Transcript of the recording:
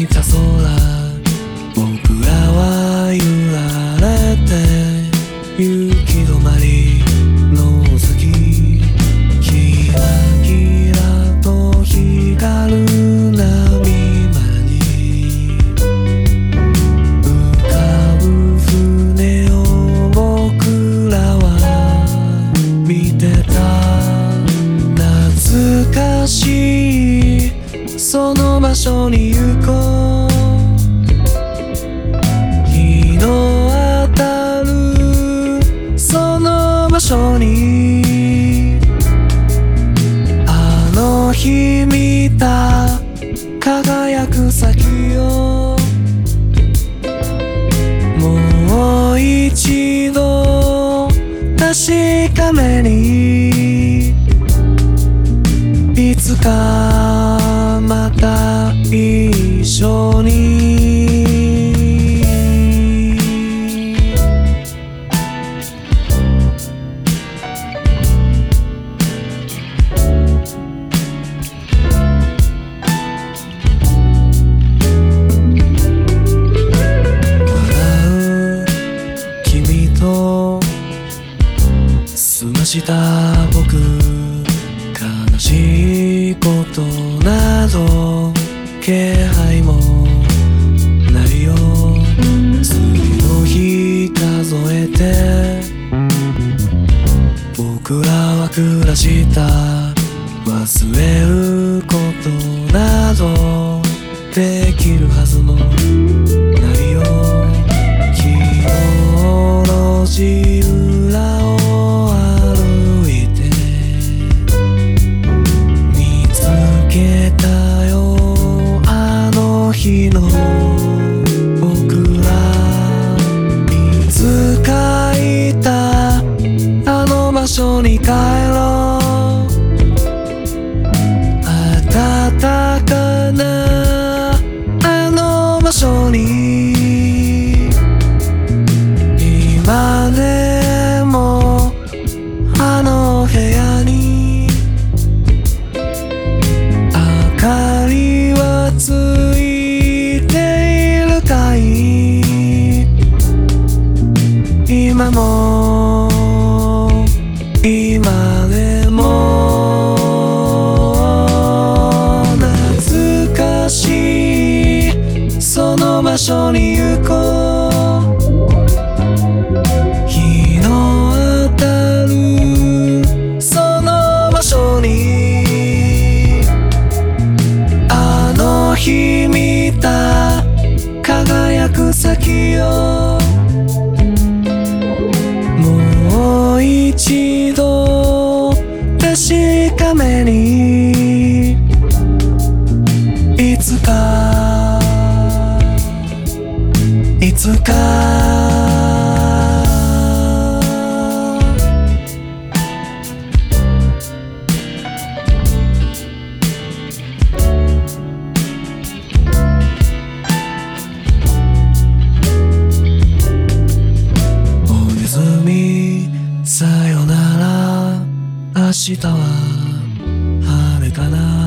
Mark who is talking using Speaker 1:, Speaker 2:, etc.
Speaker 1: た空、僕らは揺られて行き止まりの先、キラキラと光る波間に浮かぶ船を僕らは見てた。懐かしいその場所に行こう。日の当たるその場所に、あの日見た輝く先をもう一度確かめに、いつかまた一緒に。笑う君と済ました僕、悲しいことなど気配もないよ。次の日数えて僕らは暮らした。忘れることなどできるはずもないよ。昨日の路地裏を歩いて見つけたよ、あの日の僕ら。いつかいたあの場所に帰ろう。暖かなあの場所に、今でもあの部屋に明かりはついているかい。今も今でも懐かしいその場所に行こう。日の当たるその場所に、あの日見た輝く先をもう一度確かめに、いつかいつかおやすみさよなら、明日は晴れかな。